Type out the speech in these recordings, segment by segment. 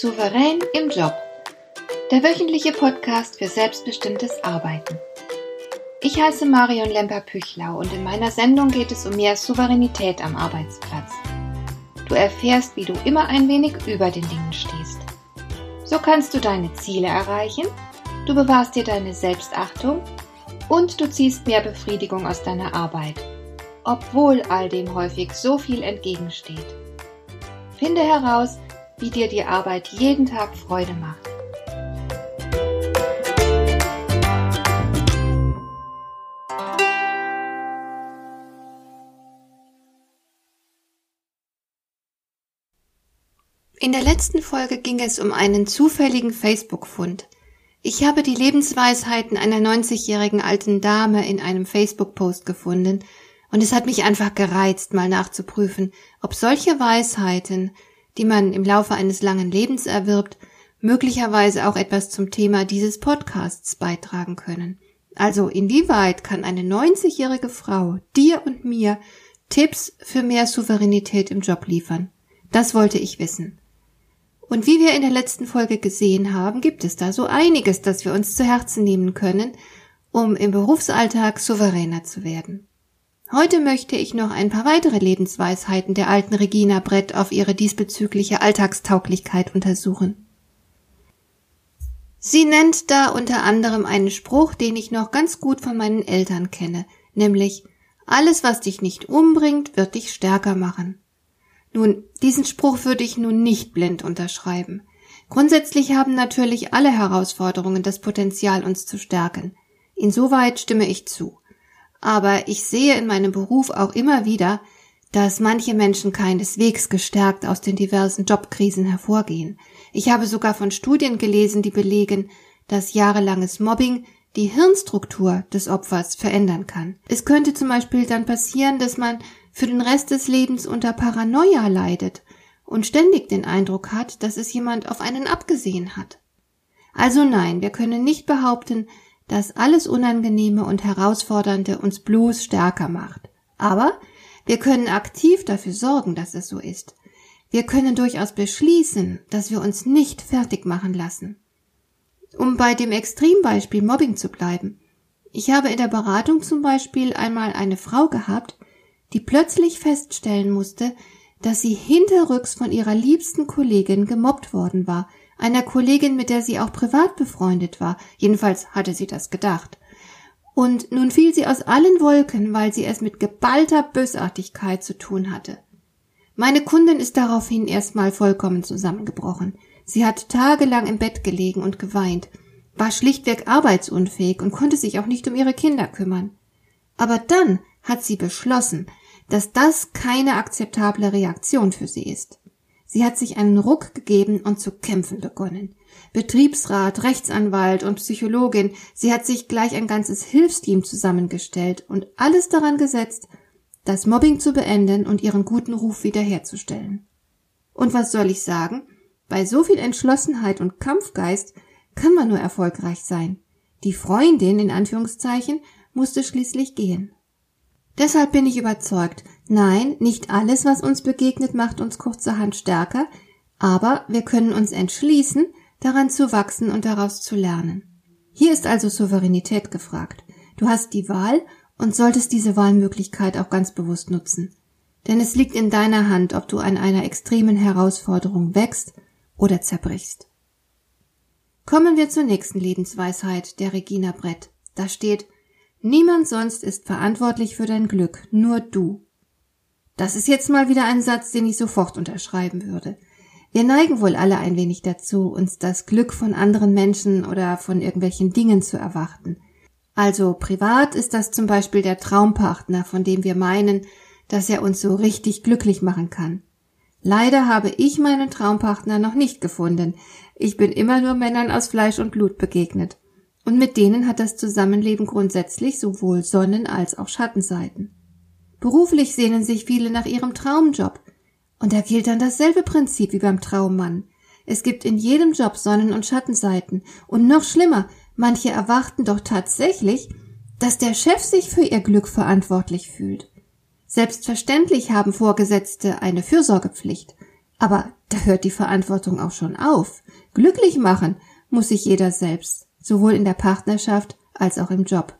Souverän im Job. Der wöchentliche Podcast für selbstbestimmtes Arbeiten. Ich heiße Marion Lemper-Püchlau und in meiner Sendung geht es um mehr Souveränität am Arbeitsplatz. Du erfährst, wie du immer ein wenig über den Dingen stehst. So kannst du deine Ziele erreichen, du bewahrst dir deine Selbstachtung und du ziehst mehr Befriedigung aus deiner Arbeit, obwohl all dem häufig so viel entgegensteht. Finde heraus, wie dir die Arbeit jeden Tag Freude macht. In der letzten Folge ging es um einen zufälligen Facebook-Fund. Ich habe die Lebensweisheiten einer 90-jährigen alten Dame in einem Facebook-Post gefunden und es hat mich einfach gereizt, mal nachzuprüfen, ob solche Weisheiten, die man im Laufe eines langen Lebens erwirbt, möglicherweise auch etwas zum Thema dieses Podcasts beitragen können. Also inwieweit kann eine 90-jährige Frau dir und mir Tipps für mehr Souveränität im Job liefern? Das wollte ich wissen. Und wie wir in der letzten Folge gesehen haben, gibt es da so einiges, das wir uns zu Herzen nehmen können, um im Berufsalltag souveräner zu werden. Heute möchte ich noch ein paar weitere Lebensweisheiten der alten Regina Brett auf ihre diesbezügliche Alltagstauglichkeit untersuchen. Sie nennt da unter anderem einen Spruch, den ich noch ganz gut von meinen Eltern kenne, nämlich: Alles, was dich nicht umbringt, wird dich stärker machen. Nun, diesen Spruch würde ich nun nicht blind unterschreiben. Grundsätzlich haben natürlich alle Herausforderungen das Potenzial, uns zu stärken. Insoweit stimme ich zu. Aber ich sehe in meinem Beruf auch immer wieder, dass manche Menschen keineswegs gestärkt aus den diversen Jobkrisen hervorgehen. Ich habe sogar von Studien gelesen, die belegen, dass jahrelanges Mobbing die Hirnstruktur des Opfers verändern kann. Es könnte zum Beispiel dann passieren, dass man für den Rest des Lebens unter Paranoia leidet und ständig den Eindruck hat, dass es jemand auf einen abgesehen hat. Also nein, wir können nicht behaupten, dass alles Unangenehme und Herausfordernde uns bloß stärker macht. Aber wir können aktiv dafür sorgen, dass es so ist. Wir können durchaus beschließen, dass wir uns nicht fertig machen lassen. Um bei dem Extrembeispiel Mobbing zu bleiben. Ich habe in der Beratung zum Beispiel einmal eine Frau gehabt, die plötzlich feststellen musste, dass sie hinterrücks von ihrer liebsten Kollegin gemobbt worden war, einer Kollegin, mit der sie auch privat befreundet war, jedenfalls hatte sie das gedacht. Und nun fiel sie aus allen Wolken, weil sie es mit geballter Bösartigkeit zu tun hatte. Meine Kundin ist daraufhin erstmal vollkommen zusammengebrochen. Sie hat tagelang im Bett gelegen und geweint, war schlichtweg arbeitsunfähig und konnte sich auch nicht um ihre Kinder kümmern. Aber dann hat sie beschlossen, dass das keine akzeptable Reaktion für sie ist. Sie hat sich einen Ruck gegeben und zu kämpfen begonnen. Betriebsrat, Rechtsanwalt und Psychologin, sie hat sich gleich ein ganzes Hilfsteam zusammengestellt und alles daran gesetzt, das Mobbing zu beenden und ihren guten Ruf wiederherzustellen. Und was soll ich sagen? Bei so viel Entschlossenheit und Kampfgeist kann man nur erfolgreich sein. Die Freundin, in Anführungszeichen, musste schließlich gehen. Deshalb bin ich überzeugt, nein, nicht alles, was uns begegnet, macht uns kurzerhand stärker, aber wir können uns entschließen, daran zu wachsen und daraus zu lernen. Hier ist also Souveränität gefragt. Du hast die Wahl und solltest diese Wahlmöglichkeit auch ganz bewusst nutzen. Denn es liegt in deiner Hand, ob du an einer extremen Herausforderung wächst oder zerbrichst. Kommen wir zur nächsten Lebensweisheit der Regina Brett. Da steht: Niemand sonst ist verantwortlich für dein Glück, nur du. Das ist jetzt mal wieder ein Satz, den ich sofort unterschreiben würde. Wir neigen wohl alle ein wenig dazu, uns das Glück von anderen Menschen oder von irgendwelchen Dingen zu erwarten. Also privat ist das zum Beispiel der Traumpartner, von dem wir meinen, dass er uns so richtig glücklich machen kann. Leider habe ich meinen Traumpartner noch nicht gefunden. Ich bin immer nur Männern aus Fleisch und Blut begegnet. Und mit denen hat das Zusammenleben grundsätzlich sowohl Sonnen- als auch Schattenseiten. Beruflich sehnen sich viele nach ihrem Traumjob. Und da gilt dann dasselbe Prinzip wie beim Traummann. Es gibt in jedem Job Sonnen- und Schattenseiten. Und noch schlimmer, manche erwarten doch tatsächlich, dass der Chef sich für ihr Glück verantwortlich fühlt. Selbstverständlich haben Vorgesetzte eine Fürsorgepflicht. Aber da hört die Verantwortung auch schon auf. Glücklich machen muss sich jeder selbst, sowohl in der Partnerschaft als auch im Job.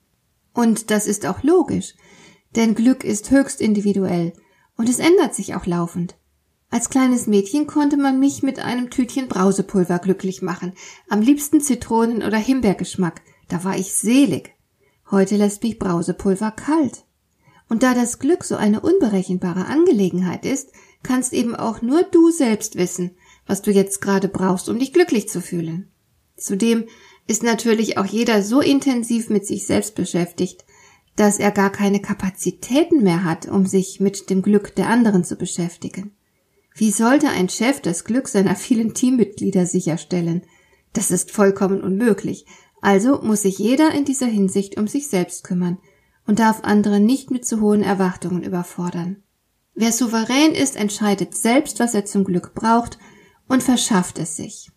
Und das ist auch logisch, denn Glück ist höchst individuell und es ändert sich auch laufend. Als kleines Mädchen konnte man mich mit einem Tütchen Brausepulver glücklich machen, am liebsten Zitronen- oder Himbeergeschmack, da war ich selig. Heute lässt mich Brausepulver kalt. Und da das Glück so eine unberechenbare Angelegenheit ist, kannst eben auch nur du selbst wissen, was du jetzt gerade brauchst, um dich glücklich zu fühlen. Zudem ist natürlich auch jeder so intensiv mit sich selbst beschäftigt, dass er gar keine Kapazitäten mehr hat, um sich mit dem Glück der anderen zu beschäftigen. Wie sollte ein Chef das Glück seiner vielen Teammitglieder sicherstellen? Das ist vollkommen unmöglich. Also muss sich jeder in dieser Hinsicht um sich selbst kümmern und darf andere nicht mit zu hohen Erwartungen überfordern. Wer souverän ist, entscheidet selbst, was er zum Glück braucht und verschafft es sich.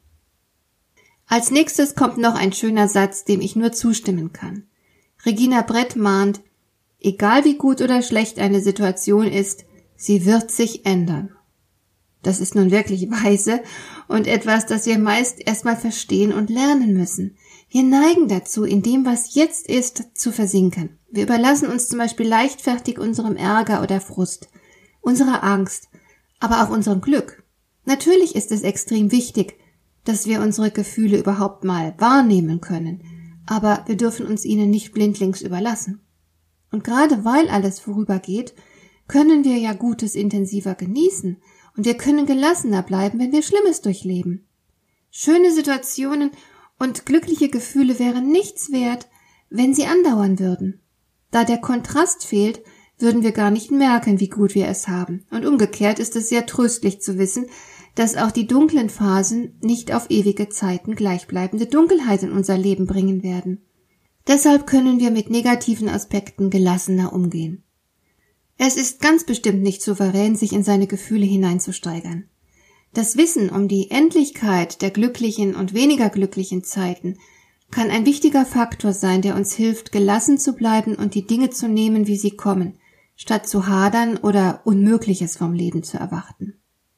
Als nächstes kommt noch ein schöner Satz, dem ich nur zustimmen kann. Regina Brett mahnt, egal wie gut oder schlecht eine Situation ist, sie wird sich ändern. Das ist nun wirklich weise und etwas, das wir meist erstmal verstehen und lernen müssen. Wir neigen dazu, in dem, was jetzt ist, zu versinken. Wir überlassen uns zum Beispiel leichtfertig unserem Ärger oder Frust, unserer Angst, aber auch unserem Glück. Natürlich ist es extrem wichtig, dass wir unsere Gefühle überhaupt mal wahrnehmen können, aber wir dürfen uns ihnen nicht blindlings überlassen. Und gerade weil alles vorübergeht, können wir ja Gutes intensiver genießen und wir können gelassener bleiben, wenn wir Schlimmes durchleben. Schöne Situationen und glückliche Gefühle wären nichts wert, wenn sie andauern würden. Da der Kontrast fehlt, würden wir gar nicht merken, wie gut wir es haben. Und umgekehrt ist es sehr tröstlich zu wissen, dass auch die dunklen Phasen nicht auf ewige Zeiten gleichbleibende Dunkelheit in unser Leben bringen werden. Deshalb können wir mit negativen Aspekten gelassener umgehen. Es ist ganz bestimmt nicht souverän, sich in seine Gefühle hineinzusteigern. Das Wissen um die Endlichkeit der glücklichen und weniger glücklichen Zeiten kann ein wichtiger Faktor sein, der uns hilft, gelassen zu bleiben und die Dinge zu nehmen, wie sie kommen, statt zu hadern oder Unmögliches vom Leben zu erwarten.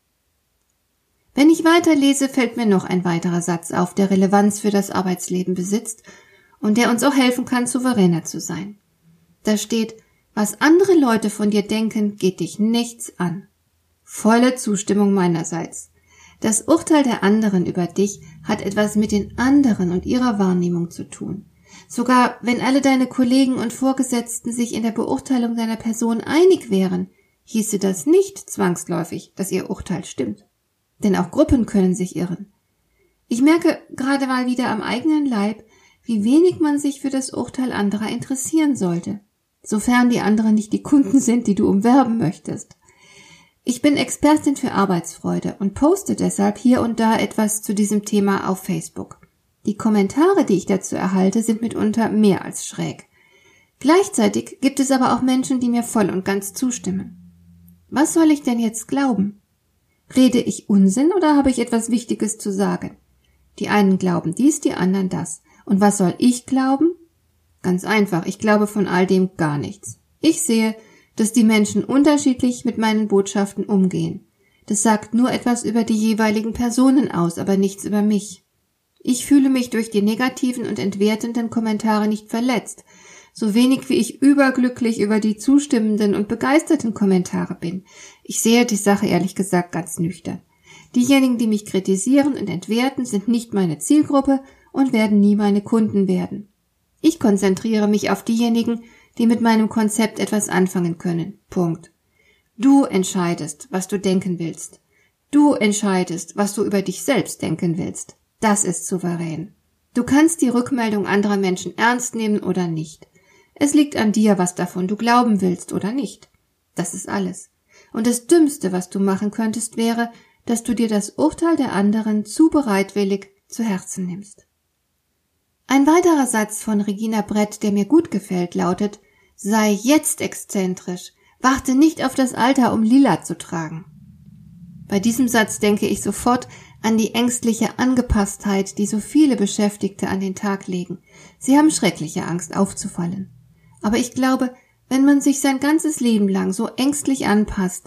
Wenn ich weiterlese, fällt mir noch ein weiterer Satz auf, der Relevanz für das Arbeitsleben besitzt und der uns auch helfen kann, souveräner zu sein. Da steht, was andere Leute von dir denken, geht dich nichts an. Volle Zustimmung meinerseits. Das Urteil der anderen über dich hat etwas mit den anderen und ihrer Wahrnehmung zu tun. Sogar wenn alle deine Kollegen und Vorgesetzten sich in der Beurteilung deiner Person einig wären, hieße das nicht zwangsläufig, dass ihr Urteil stimmt. Denn auch Gruppen können sich irren. Ich merke gerade mal wieder am eigenen Leib, wie wenig man sich für das Urteil anderer interessieren sollte, sofern die anderen nicht die Kunden sind, die du umwerben möchtest. Ich bin Expertin für Arbeitsfreude und poste deshalb hier und da etwas zu diesem Thema auf Facebook. Die Kommentare, die ich dazu erhalte, sind mitunter mehr als schräg. Gleichzeitig gibt es aber auch Menschen, die mir voll und ganz zustimmen. Was soll ich denn jetzt glauben? Rede ich Unsinn oder habe ich etwas Wichtiges zu sagen? Die einen glauben dies, die anderen das. Und was soll ich glauben? Ganz einfach, ich glaube von all dem gar nichts. Ich sehe, dass die Menschen unterschiedlich mit meinen Botschaften umgehen. Das sagt nur etwas über die jeweiligen Personen aus, aber nichts über mich. Ich fühle mich durch die negativen und entwertenden Kommentare nicht verletzt, so wenig wie ich überglücklich über die zustimmenden und begeisterten Kommentare bin. Ich sehe die Sache ehrlich gesagt ganz nüchtern. Diejenigen, die mich kritisieren und entwerten, sind nicht meine Zielgruppe und werden nie meine Kunden werden. Ich konzentriere mich auf diejenigen, die mit meinem Konzept etwas anfangen können. Punkt. Du entscheidest, was du denken willst. Du entscheidest, was du über dich selbst denken willst. Das ist souverän. Du kannst die Rückmeldung anderer Menschen ernst nehmen oder nicht. Es liegt an dir, was davon du glauben willst oder nicht. Das ist alles. Und das Dümmste, was du machen könntest, wäre, dass du dir das Urteil der anderen zu bereitwillig zu Herzen nimmst. Ein weiterer Satz von Regina Brett, der mir gut gefällt, lautet: Sei jetzt exzentrisch, warte nicht auf das Alter, um lila zu tragen. Bei diesem Satz denke ich sofort an die ängstliche Angepasstheit, die so viele Beschäftigte an den Tag legen. Sie haben schreckliche Angst, aufzufallen. Aber ich glaube, wenn man sich sein ganzes Leben lang so ängstlich anpasst,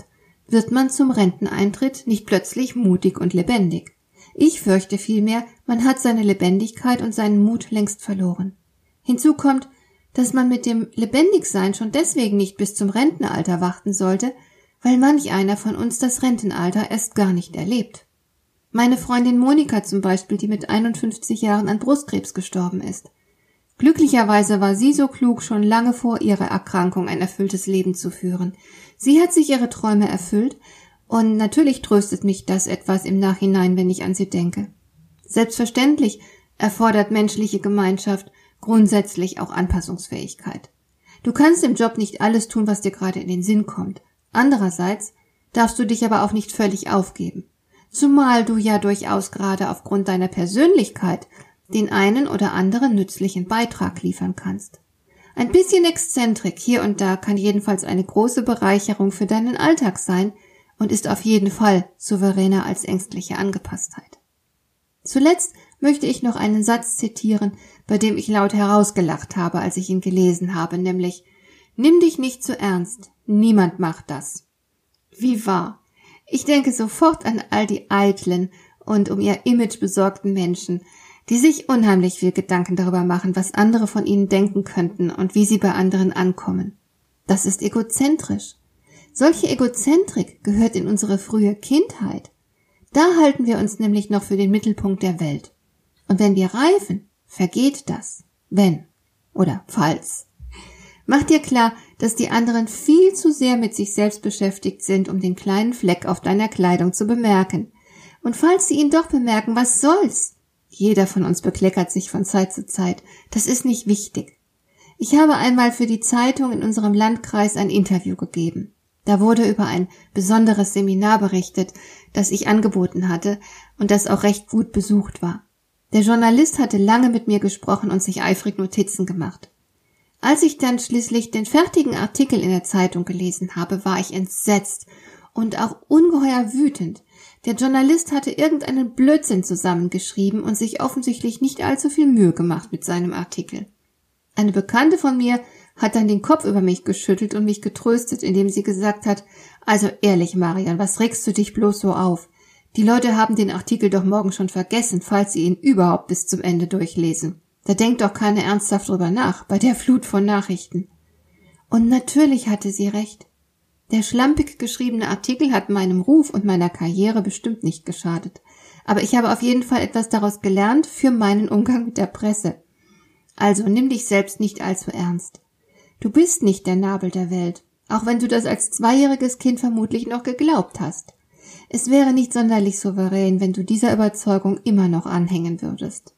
wird man zum Renteneintritt nicht plötzlich mutig und lebendig. Ich fürchte vielmehr, man hat seine Lebendigkeit und seinen Mut längst verloren. Hinzu kommt, dass man mit dem Lebendigsein schon deswegen nicht bis zum Rentenalter warten sollte, weil manch einer von uns das Rentenalter erst gar nicht erlebt. Meine Freundin Monika zum Beispiel, die mit 51 Jahren an Brustkrebs gestorben ist. Glücklicherweise war sie so klug, schon lange vor ihrer Erkrankung ein erfülltes Leben zu führen. Sie hat sich ihre Träume erfüllt und natürlich tröstet mich das etwas im Nachhinein, wenn ich an sie denke. Selbstverständlich erfordert menschliche Gemeinschaft grundsätzlich auch Anpassungsfähigkeit. Du kannst im Job nicht alles tun, was dir gerade in den Sinn kommt. Andererseits darfst du dich aber auch nicht völlig aufgeben. Zumal du ja durchaus gerade aufgrund deiner Persönlichkeit den einen oder anderen nützlichen Beitrag liefern kannst. Ein bisschen Exzentrik hier und da kann jedenfalls eine große Bereicherung für deinen Alltag sein und ist auf jeden Fall souveräner als ängstliche Angepasstheit. Zuletzt möchte ich noch einen Satz zitieren, bei dem ich laut herausgelacht habe, als ich ihn gelesen habe, nämlich: Nimm dich nicht zu ernst, niemand macht das. Wie wahr! Ich denke sofort an all die eitlen und um ihr Image besorgten Menschen, die sich unheimlich viel Gedanken darüber machen, was andere von ihnen denken könnten und wie sie bei anderen ankommen. Das ist egozentrisch. Solche Egozentrik gehört in unsere frühe Kindheit. Da halten wir uns nämlich noch für den Mittelpunkt der Welt. Und wenn wir reifen, vergeht das. Wenn oder falls. Mach dir klar, dass die anderen viel zu sehr mit sich selbst beschäftigt sind, um den kleinen Fleck auf deiner Kleidung zu bemerken. Und falls sie ihn doch bemerken, was soll's? Jeder von uns bekleckert sich von Zeit zu Zeit. Das ist nicht wichtig. Ich habe einmal für die Zeitung in unserem Landkreis ein Interview gegeben. Da wurde über ein besonderes Seminar berichtet, das ich angeboten hatte und das auch recht gut besucht war. Der Journalist hatte lange mit mir gesprochen und sich eifrig Notizen gemacht. Als ich dann schließlich den fertigen Artikel in der Zeitung gelesen habe, war ich entsetzt und auch ungeheuer wütend. Der Journalist hatte irgendeinen Blödsinn zusammengeschrieben und sich offensichtlich nicht allzu viel Mühe gemacht mit seinem Artikel. Eine Bekannte von mir hat dann den Kopf über mich geschüttelt und mich getröstet, indem sie gesagt hat: Also ehrlich, Marian, was regst du dich bloß so auf? Die Leute haben den Artikel doch morgen schon vergessen, falls sie ihn überhaupt bis zum Ende durchlesen. Da denkt doch keiner ernsthaft drüber nach, bei der Flut von Nachrichten. Und natürlich hatte sie recht. Der schlampig geschriebene Artikel hat meinem Ruf und meiner Karriere bestimmt nicht geschadet. Aber ich habe auf jeden Fall etwas daraus gelernt für meinen Umgang mit der Presse. Also nimm dich selbst nicht allzu ernst. Du bist nicht der Nabel der Welt, auch wenn du das als 2-jähriges Kind vermutlich noch geglaubt hast. Es wäre nicht sonderlich souverän, wenn du dieser Überzeugung immer noch anhängen würdest.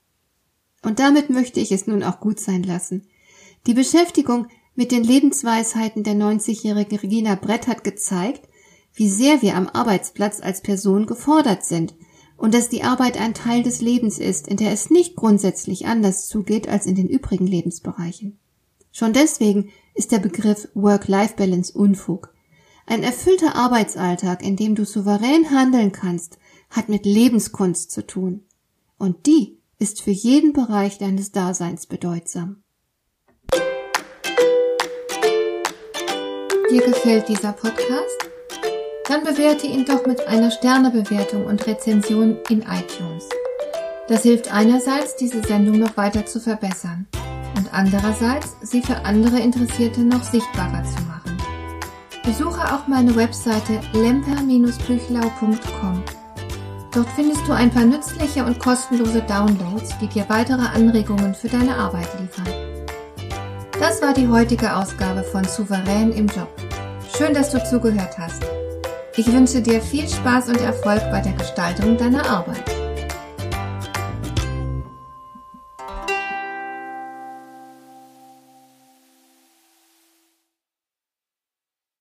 Und damit möchte ich es nun auch gut sein lassen. Die Beschäftigung mit den Lebensweisheiten der 90-jährigen Regina Brett hat gezeigt, wie sehr wir am Arbeitsplatz als Person gefordert sind und dass die Arbeit ein Teil des Lebens ist, in der es nicht grundsätzlich anders zugeht als in den übrigen Lebensbereichen. Schon deswegen ist der Begriff Work-Life-Balance Unfug. Ein erfüllter Arbeitsalltag, in dem du souverän handeln kannst, hat mit Lebenskunst zu tun. Und die ist für jeden Bereich deines Daseins bedeutsam. Dir gefällt dieser Podcast? Dann bewerte ihn doch mit einer Sternebewertung und Rezension in iTunes. Das hilft einerseits, diese Sendung noch weiter zu verbessern und andererseits, sie für andere Interessierte noch sichtbarer zu machen. Besuche auch meine Webseite lemper-büchlau.com. Dort findest du ein paar nützliche und kostenlose Downloads, die dir weitere Anregungen für deine Arbeit liefern. Das war die heutige Ausgabe von Souverän im Job. Schön, dass du zugehört hast. Ich wünsche dir viel Spaß und Erfolg bei der Gestaltung deiner Arbeit.